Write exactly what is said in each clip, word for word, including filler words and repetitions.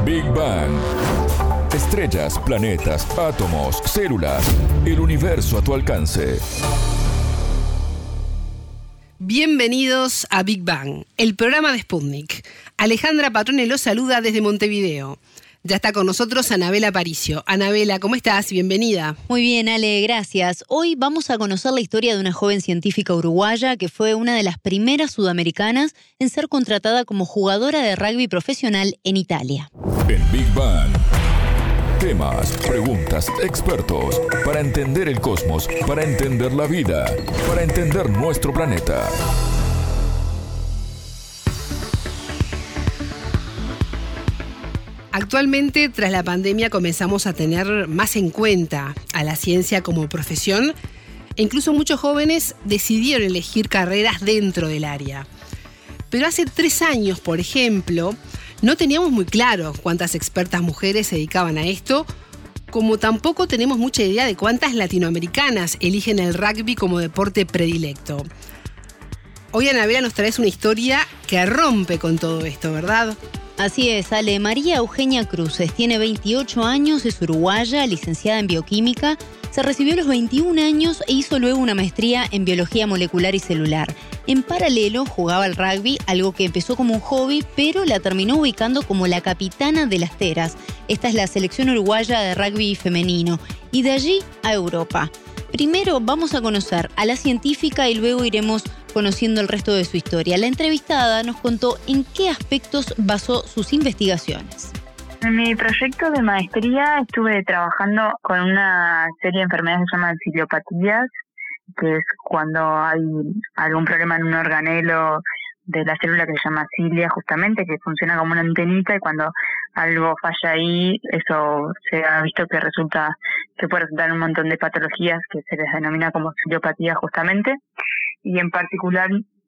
Big Bang. Estrellas, planetas, átomos, células, el universo a tu alcance. Bienvenidos a Big Bang, el programa de Sputnik. Alejandra Patrone los saluda desde Montevideo. Ya está con nosotros Anabela Aparicio. Anabela, ¿cómo estás? Bienvenida. Muy bien, Ale, gracias. Hoy vamos a conocer la historia de una joven científica uruguaya que fue una de las primeras sudamericanas en ser contratada como jugadora de rugby profesional en Italia. En Big Bang. Temas, preguntas, expertos, para entender el cosmos, para entender la vida, para entender nuestro planeta. Actualmente, tras la pandemia, comenzamos a tener más en cuenta a la ciencia como profesión e incluso muchos jóvenes decidieron elegir carreras dentro del área. Pero hace tres años, por ejemplo, no teníamos muy claro cuántas expertas mujeres se dedicaban a esto, como tampoco tenemos mucha idea de cuántas latinoamericanas eligen el rugby como deporte predilecto. Hoy, Anabela, nos traes una historia que rompe con todo esto, ¿verdad? Así es, Ale. María Eugenia Cruces tiene veintiocho años, es uruguaya, licenciada en bioquímica, se recibió a los veintiún años e hizo luego una maestría en biología molecular y celular. En paralelo jugaba al rugby, algo que empezó como un hobby, pero la terminó ubicando como la capitana de las Teras. Esta es la selección uruguaya de rugby femenino, y de allí a Europa. Primero vamos a conocer a la científica y luego iremos conociendo el resto de su historia. La entrevistada nos contó en qué aspectos basó sus investigaciones. En mi proyecto de maestría estuve trabajando con una serie de enfermedades que se llaman ciliopatías, que es cuando hay algún problema en un organelo de la célula que se llama cilia, justamente, que funciona como una antenita, y cuando algo falla ahí, eso se ha visto que resulta que puede resultar en un montón de patologías que se les denomina como ciliopatía, justamente. Y en particular,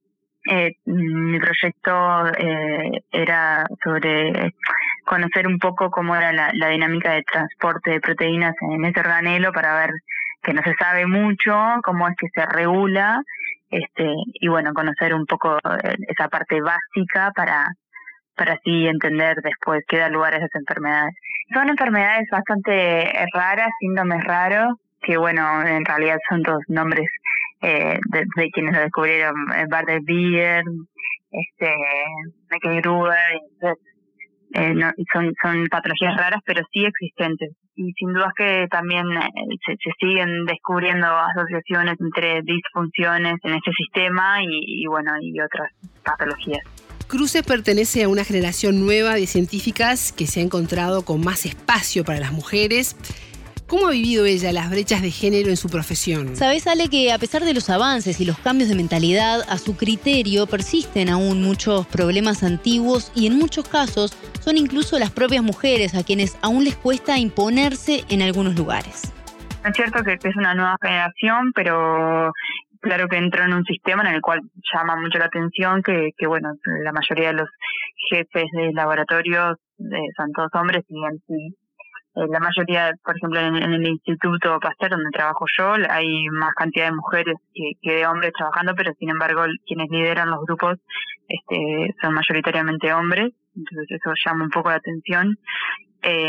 eh, mi proyecto eh, era sobre conocer un poco cómo era la, la dinámica de transporte de proteínas en ese organelo, para ver que no se sabe mucho cómo es que se regula, este y bueno, conocer un poco esa parte básica para, para así entender después qué da lugar a esas enfermedades. Son enfermedades bastante raras, síndromes raros, que bueno, en realidad son todos nombres eh, de, de quienes lo descubrieron, Bardet-Biedl, este, Meckel-Gruber, entonces eh, no, son, son patologías raras, pero sí existentes. Y sin duda que también eh, se, se siguen descubriendo asociaciones entre disfunciones en este sistema y, y bueno, y otras patologías. Cruces pertenece a una generación nueva de científicas que se ha encontrado con más espacio para las mujeres. ¿Cómo ha vivido ella las brechas de género en su profesión? Sabes, Ale, que a pesar de los avances y los cambios de mentalidad, a su criterio persisten aún muchos problemas antiguos y en muchos casos son incluso las propias mujeres a quienes aún les cuesta imponerse en algunos lugares. Es cierto que es una nueva generación, pero claro que entró en un sistema en el cual llama mucho la atención que, que bueno, la mayoría de los jefes de laboratorios eh, son todos hombres, y en sí la mayoría, por ejemplo, en, en el Instituto Pasteur, donde trabajo yo, hay más cantidad de mujeres que, que de hombres trabajando, pero sin embargo quienes lideran los grupos este, son mayoritariamente hombres, entonces eso llama un poco la atención. Eh,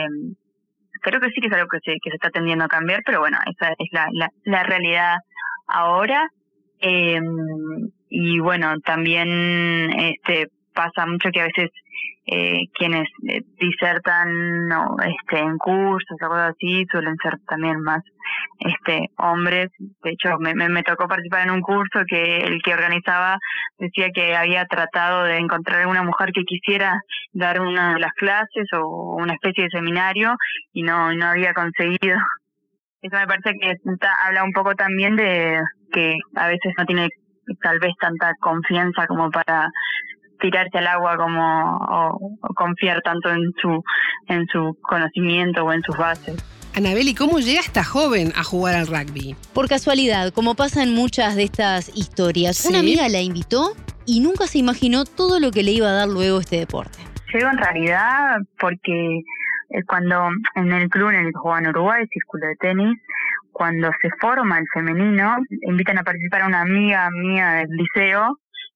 creo que sí que es algo que se, que se está tendiendo a cambiar, pero bueno, esa es la, la, la realidad ahora. Eh, y bueno, también este pasa mucho que a veces Eh, quienes eh, disertan no, este, en cursos o cosas así suelen ser también más este hombres. De hecho, me, me, me tocó participar en un curso que el que organizaba decía que había tratado de encontrar alguna mujer que quisiera dar una de las clases o una especie de seminario y no, no había conseguido. Eso me parece que está, habla un poco también de que a veces no tiene tal vez tanta confianza como para tirarse al agua como o, o confiar tanto en su en su conocimiento o en sus bases. Anabel, ¿y cómo llega esta joven a jugar al rugby? Por casualidad, como pasa en muchas de estas historias, ¿sí? Una amiga la invitó y nunca se imaginó todo lo que le iba a dar luego este deporte. Llego en realidad porque cuando en el club en el que jugaba en Uruguay, el Círculo de Tenis, cuando se forma el femenino, invitan a participar a una amiga mía del liceo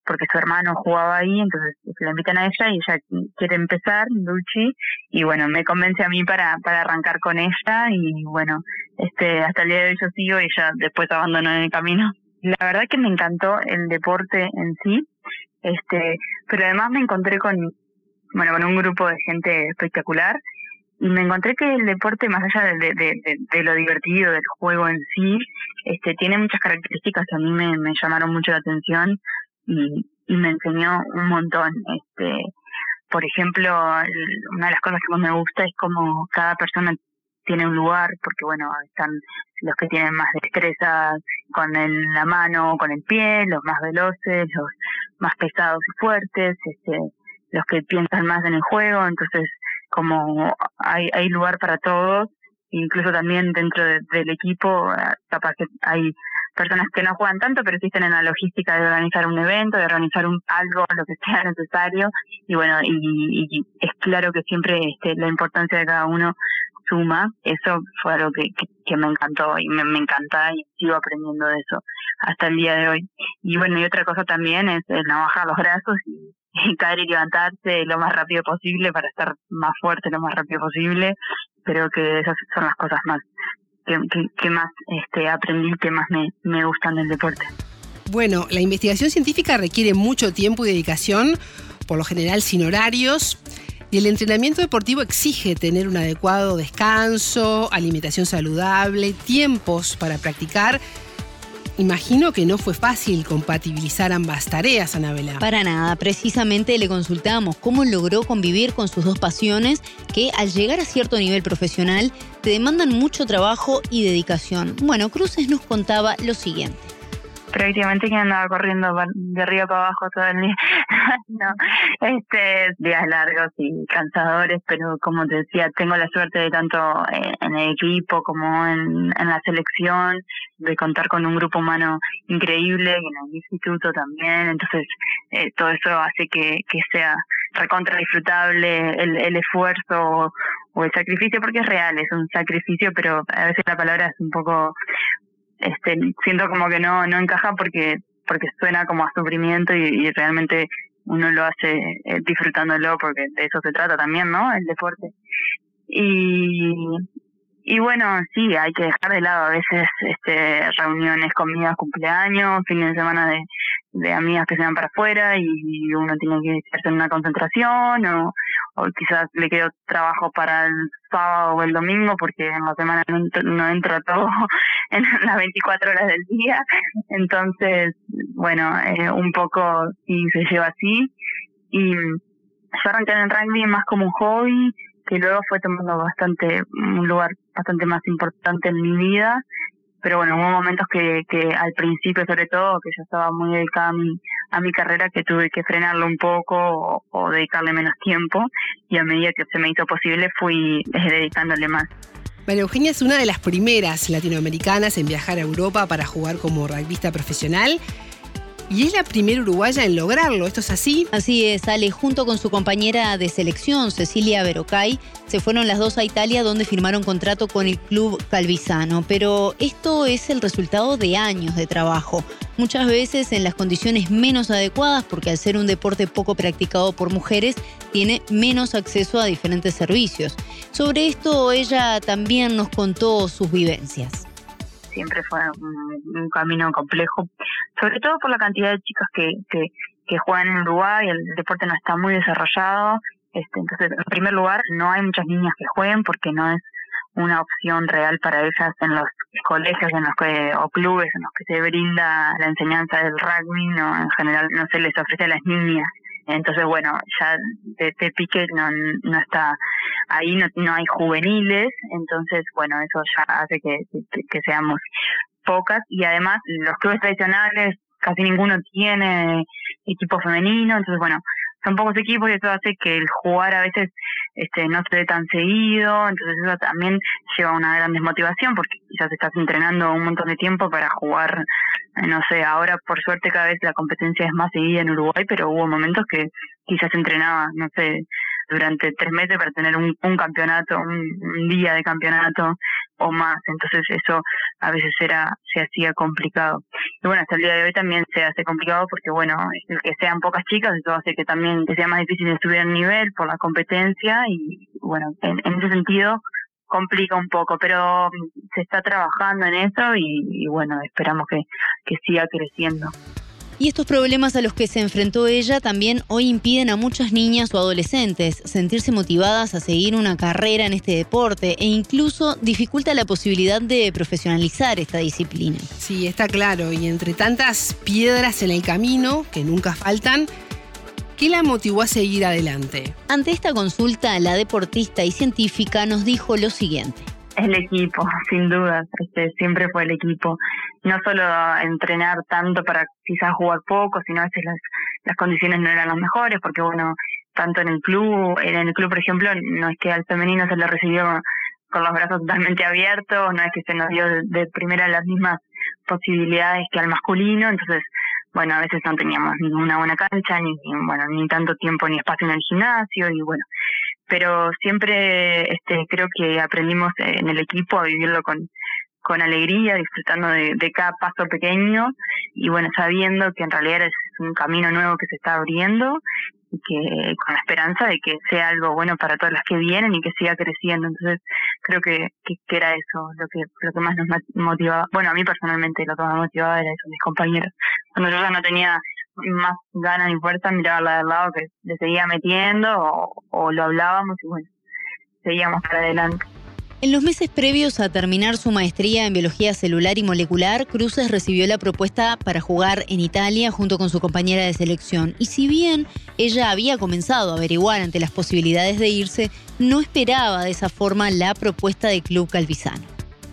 porque su hermano jugaba ahí, entonces la invitan a ella y ella quiere empezar, Dulce, y bueno, me convence a mí para para arrancar con ella, y bueno, este hasta el día de hoy yo sigo y ella después abandonó en el camino. La verdad que me encantó el deporte en sí, este pero además me encontré con, bueno, con un grupo de gente espectacular, y me encontré que el deporte, más allá de, de, de, de lo divertido del juego en sí, este tiene muchas características que a mí me, me llamaron mucho la atención y, y me enseñó un montón. Este, por ejemplo, el, una de las cosas que más me gusta es como cada persona tiene un lugar, porque bueno, están los que tienen más destreza con el, la mano o con el pie, los más veloces, los más pesados y fuertes, este, los que piensan más en el juego, entonces como hay hay lugar para todos, incluso también dentro de, del equipo, capaz que hay personas que no juegan tanto, pero sí están en la logística de organizar un evento, de organizar un algo, lo que sea necesario, y bueno, y, y es claro que siempre este, la importancia de cada uno suma. Eso fue algo que, que, que me encantó y me, me encanta, y sigo aprendiendo de eso hasta el día de hoy. Y bueno, y otra cosa también es el no bajar los brazos y, y caer y levantarse lo más rápido posible para estar más fuerte lo más rápido posible. Creo que esas son las cosas más que, que, que más este aprendí, que más me, me gustan del deporte. Bueno, la investigación científica requiere mucho tiempo y dedicación, por lo general sin horarios, y el entrenamiento deportivo exige tener un adecuado descanso, alimentación saludable, tiempos para practicar. Imagino que no fue fácil compatibilizar ambas tareas, Anabela. Para nada, precisamente le consultamos cómo logró convivir con sus dos pasiones que al llegar a cierto nivel profesional te demandan mucho trabajo y dedicación. Bueno, Cruces nos contaba lo siguiente. Prácticamente que andaba corriendo de arriba para abajo todo el día. No, este, días largos y cansadores, pero como te decía, tengo la suerte de tanto en el equipo como en, en la selección, de contar con un grupo humano increíble, y en el instituto también, entonces eh, todo eso hace que, que sea recontra disfrutable el, el esfuerzo o, o el sacrificio, porque es real, es un sacrificio, pero a veces la palabra es un poco... Este, siento como que no no encaja porque porque suena como a sufrimiento, y, y realmente uno lo hace eh, disfrutándolo, porque de eso se trata también, ¿no? El deporte. Y y bueno, sí, hay que dejar de lado a veces este reuniones, comidas, cumpleaños, fines de semana de, de amigas que se van para afuera, y uno tiene que hacerse en una concentración, o, o quizás le quedó trabajo para el sábado o el domingo, porque en la semana no, no entra todo en las veinticuatro horas del día. Entonces, bueno, eh, un poco sí se lleva así. Y yo arranqué en el rugby más como un hobby, que luego fue tomando bastante un lugar bastante más importante en mi vida, pero bueno, hubo momentos que, que al principio, sobre todo, que yo estaba muy dedicada a mi, a mi carrera, que tuve que frenarlo un poco o, o dedicarle menos tiempo, y a medida que se me hizo posible fui eh, dedicándole más. María Eugenia es una de las primeras latinoamericanas en viajar a Europa para jugar como rugbyista profesional. Y es la primera uruguaya en lograrlo, ¿esto es así? Así es, Ale. Junto con su compañera de selección, Cecilia Verocay, se fueron las dos a Italia, donde firmaron contrato con el club calvisano. Pero esto es el resultado de años de trabajo, muchas veces en las condiciones menos adecuadas, porque al ser un deporte poco practicado por mujeres, tiene menos acceso a diferentes servicios. Sobre esto, ella también nos contó sus vivencias. Siempre fue un, un camino complejo, sobre todo por la cantidad de chicas que, que, que juegan en Uruguay. El deporte no está muy desarrollado, este, entonces en primer lugar no hay muchas niñas que jueguen, porque no es una opción real para ellas en los colegios en los que, o clubes en los que se brinda la enseñanza del rugby, no, en general no se les ofrece a las niñas. Entonces, bueno, ya de, de pique no, no está ahí, no, no hay juveniles, entonces, bueno, eso ya hace que, que, que seamos pocas, y además los clubes tradicionales casi ninguno tiene equipo femenino, entonces, bueno, son pocos equipos, y eso hace que el jugar a veces este no se dé tan seguido, entonces eso también lleva a una gran desmotivación, porque quizás estás entrenando un montón de tiempo para jugar, no sé, ahora por suerte cada vez la competencia es más seguida en Uruguay, pero hubo momentos que, quizás entrenaba, no sé, durante tres meses para tener un, un campeonato, un, un día de campeonato o más. Entonces eso a veces era se hacía complicado. Y bueno, hasta el día de hoy también se hace complicado porque, bueno, el que sean pocas chicas, eso hace que también que sea más difícil de subir el nivel por la competencia y, bueno, en, en ese sentido complica un poco, pero se está trabajando en eso y, y bueno, esperamos que, que siga creciendo. Y estos problemas a los que se enfrentó ella también hoy impiden a muchas niñas o adolescentes sentirse motivadas a seguir una carrera en este deporte e incluso dificulta la posibilidad de profesionalizar esta disciplina. Sí, está claro. Y entre tantas piedras en el camino, que nunca faltan, ¿qué la motivó a seguir adelante? Ante esta consulta, la deportista y científica nos dijo lo siguiente. El equipo, sin duda, este, siempre fue el equipo. No solo entrenar tanto para quizás jugar poco, sino a veces las, las condiciones no eran las mejores, porque bueno, tanto en el club, en el club por ejemplo, no es que al femenino se le recibió con los brazos totalmente abiertos, no es que se nos dio de, de primera las mismas posibilidades que al masculino, entonces bueno, a veces no teníamos ni una buena cancha, ni, ni bueno, ni tanto tiempo ni espacio en el gimnasio, y bueno, pero siempre este creo que aprendimos en el equipo a vivirlo con con alegría, disfrutando de, de cada paso pequeño y bueno, sabiendo que en realidad es un camino nuevo que se está abriendo y que con la esperanza de que sea algo bueno para todas las que vienen y que siga creciendo. Entonces creo que, que, que era eso lo que lo que más nos motivaba. Bueno, a mí personalmente lo que más motivaba era eso, mis compañeros. Cuando yo ya no tenía más ganas ni fuerza, miraba a la del lado que le seguía metiendo o, o lo hablábamos y bueno, seguíamos para adelante. En los meses previos a terminar su maestría en biología celular y molecular, Cruces recibió la propuesta para jugar en Italia junto con su compañera de selección. Y si bien ella había comenzado a averiguar ante las posibilidades de irse, no esperaba de esa forma la propuesta del Club Calvisano.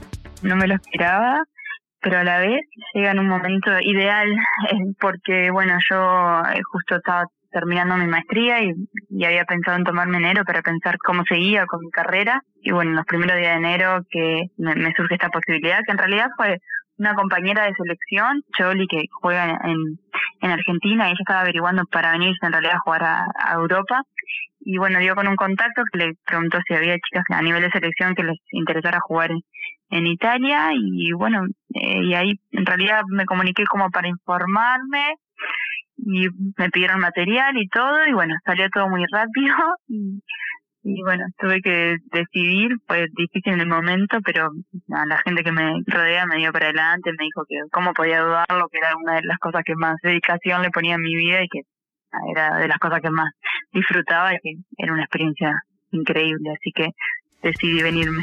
No me lo esperaba, pero a la vez llega en un momento ideal, porque bueno, yo justo estaba terminando mi maestría y, y había pensado en tomarme enero para pensar cómo seguía con mi carrera. Y bueno, en los primeros días de enero que me, me surge esta posibilidad, que en realidad fue una compañera de selección, Choli, que juega en, en Argentina, y ella estaba averiguando para venirse en realidad a jugar a, a Europa. Y bueno, dio con un contacto que le preguntó si había chicas a nivel de selección que les interesara jugar en, en Italia. Y bueno, eh, y ahí en realidad me comuniqué como para informarme. Y me pidieron material y todo, y bueno, salió todo muy rápido y, y bueno, tuve que decidir, fue difícil en el momento, pero no, la gente que me rodea me dio para adelante, me dijo que cómo podía dudarlo, que era una de las cosas que más dedicación le ponía en mi vida y que era de las cosas que más disfrutaba y que era una experiencia increíble, así que decidí venirme.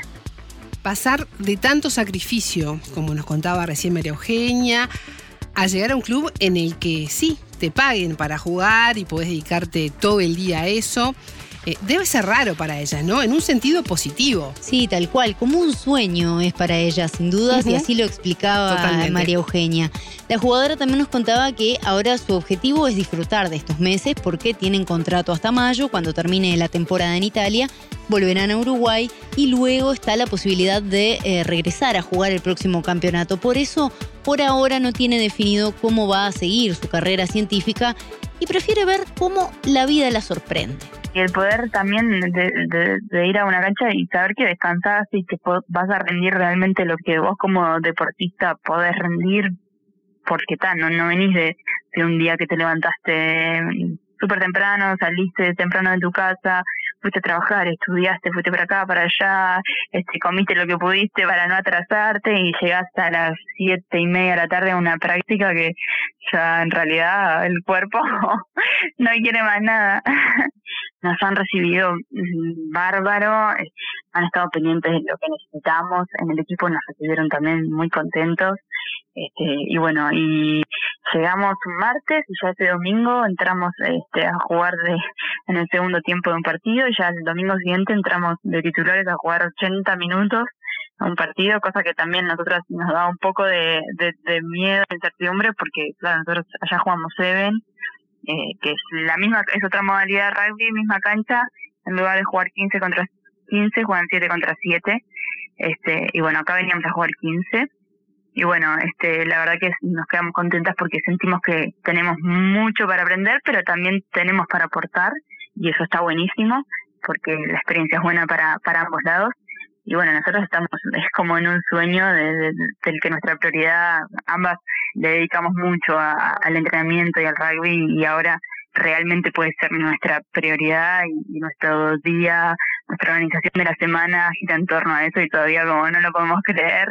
Pasar de tanto sacrificio, como nos contaba recién María Eugenia, a llegar a un club en el que sí, te paguen para jugar y podés dedicarte todo el día a eso, eh, debe ser raro para ellas, ¿no? En un sentido positivo. Sí, tal cual, como un sueño es para ella, sin dudas, uh-huh. Y así lo explicaba Totalmente. María Eugenia. La jugadora también nos contaba que ahora su objetivo es disfrutar de estos meses porque tienen contrato hasta mayo, cuando termine la temporada en Italia, volverán a Uruguay y luego está la posibilidad de eh, regresar a jugar el próximo campeonato. Por eso, por ahora no tiene definido cómo va a seguir su carrera científica y prefiere ver cómo la vida la sorprende. Y el poder también de, de, de ir a una cancha y saber que descansás y que vas a rendir realmente lo que vos como deportista podés rendir, porque tal, no, no venís de, de un día que te levantaste súper temprano, saliste temprano de tu casa, fuiste a trabajar, estudiaste, fuiste para acá, para allá, este, comiste lo que pudiste para no atrasarte y llegaste a las siete y media de la tarde a una práctica que ya en realidad el cuerpo no quiere más nada. Nos han recibido bárbaro, han estado pendientes de lo que necesitamos, en el equipo nos recibieron también muy contentos, este, y bueno, y llegamos un martes y ya este domingo entramos este, a jugar de, en el segundo tiempo de un partido, y ya el domingo siguiente entramos de titulares a jugar ochenta minutos a un partido, cosa que también a nosotras nos da un poco de, de, de miedo, de incertidumbre, porque claro, nosotros allá jugamos Seven, eh, que es la misma, es otra modalidad de rugby, misma cancha, en lugar de jugar quince contra quince, juegan siete contra siete, este, y bueno, acá veníamos a jugar quince, y bueno, este, la verdad que nos quedamos contentas porque sentimos que tenemos mucho para aprender, pero también tenemos para aportar, y eso está buenísimo, porque la experiencia es buena para, para ambos lados. Y bueno, nosotros estamos, es como en un sueño de, de, del que nuestra prioridad, ambas le dedicamos mucho a, al entrenamiento y al rugby, y ahora realmente puede ser nuestra prioridad, y, y nuestro día, nuestra organización de la semana gira en torno a eso, y todavía como no lo podemos creer.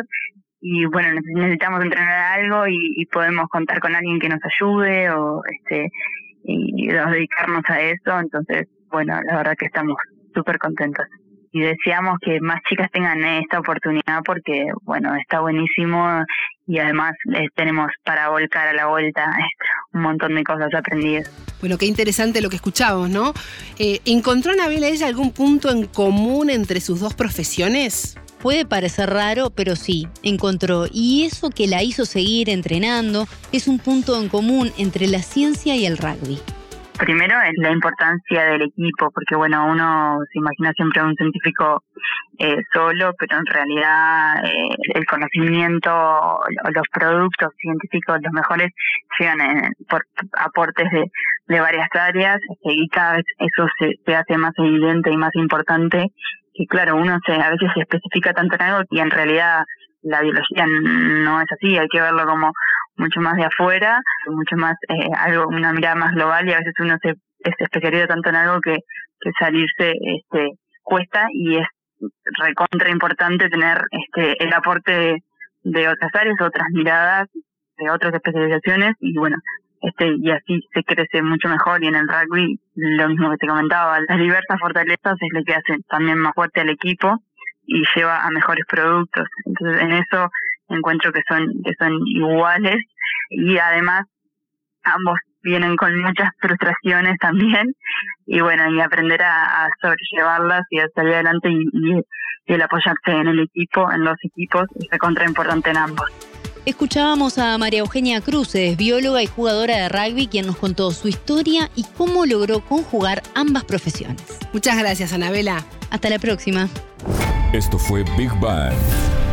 Y bueno, necesitamos entrenar algo y, y podemos contar con alguien que nos ayude, o este y, y dedicarnos a eso. Entonces, bueno, la verdad que estamos súper contentos. Y deseamos que más chicas tengan esta oportunidad porque, bueno, está buenísimo, y además eh, tenemos para volcar a la vuelta un montón de cosas aprendidas. Bueno, qué interesante lo que escuchamos, ¿no? Eh, ¿Encontró Anabela ella algún punto en común entre sus dos profesiones? Puede parecer raro, pero sí, encontró. Y eso que la hizo seguir entrenando es un punto en común entre la ciencia y el rugby. Primero es la importancia del equipo, porque bueno, uno se imagina siempre a un científico eh, solo, pero en realidad eh, el conocimiento, los productos científicos, los mejores, llegan eh, por aportes de, de varias áreas, y cada vez eso se, se hace más evidente y más importante, que claro, uno se a veces se especifica tanto en algo y en realidad la biología no es así, hay que verlo como mucho más de afuera, mucho más eh, algo, una mirada más global, y a veces uno se, se especializa tanto en algo que, que salirse este cuesta, y es recontra importante tener este el aporte de, de otras áreas, otras miradas, de otras especializaciones, y bueno, este y así se crece mucho mejor. Y en el rugby lo mismo que te comentaba, las diversas fortalezas es lo que hace también más fuerte al equipo y lleva a mejores productos. Entonces en eso encuentro que son que son iguales, y además ambos vienen con muchas frustraciones también, y bueno, y aprender a, a sobrellevarlas y a salir adelante, y, y, y el apoyarse en el equipo, en los equipos, es recontra importante en ambos. Escuchábamos a María Eugenia Cruces, bióloga y jugadora de rugby, quien nos contó su historia y cómo logró conjugar ambas profesiones. Muchas gracias, Anabela. Hasta la próxima. Esto fue Big Bang.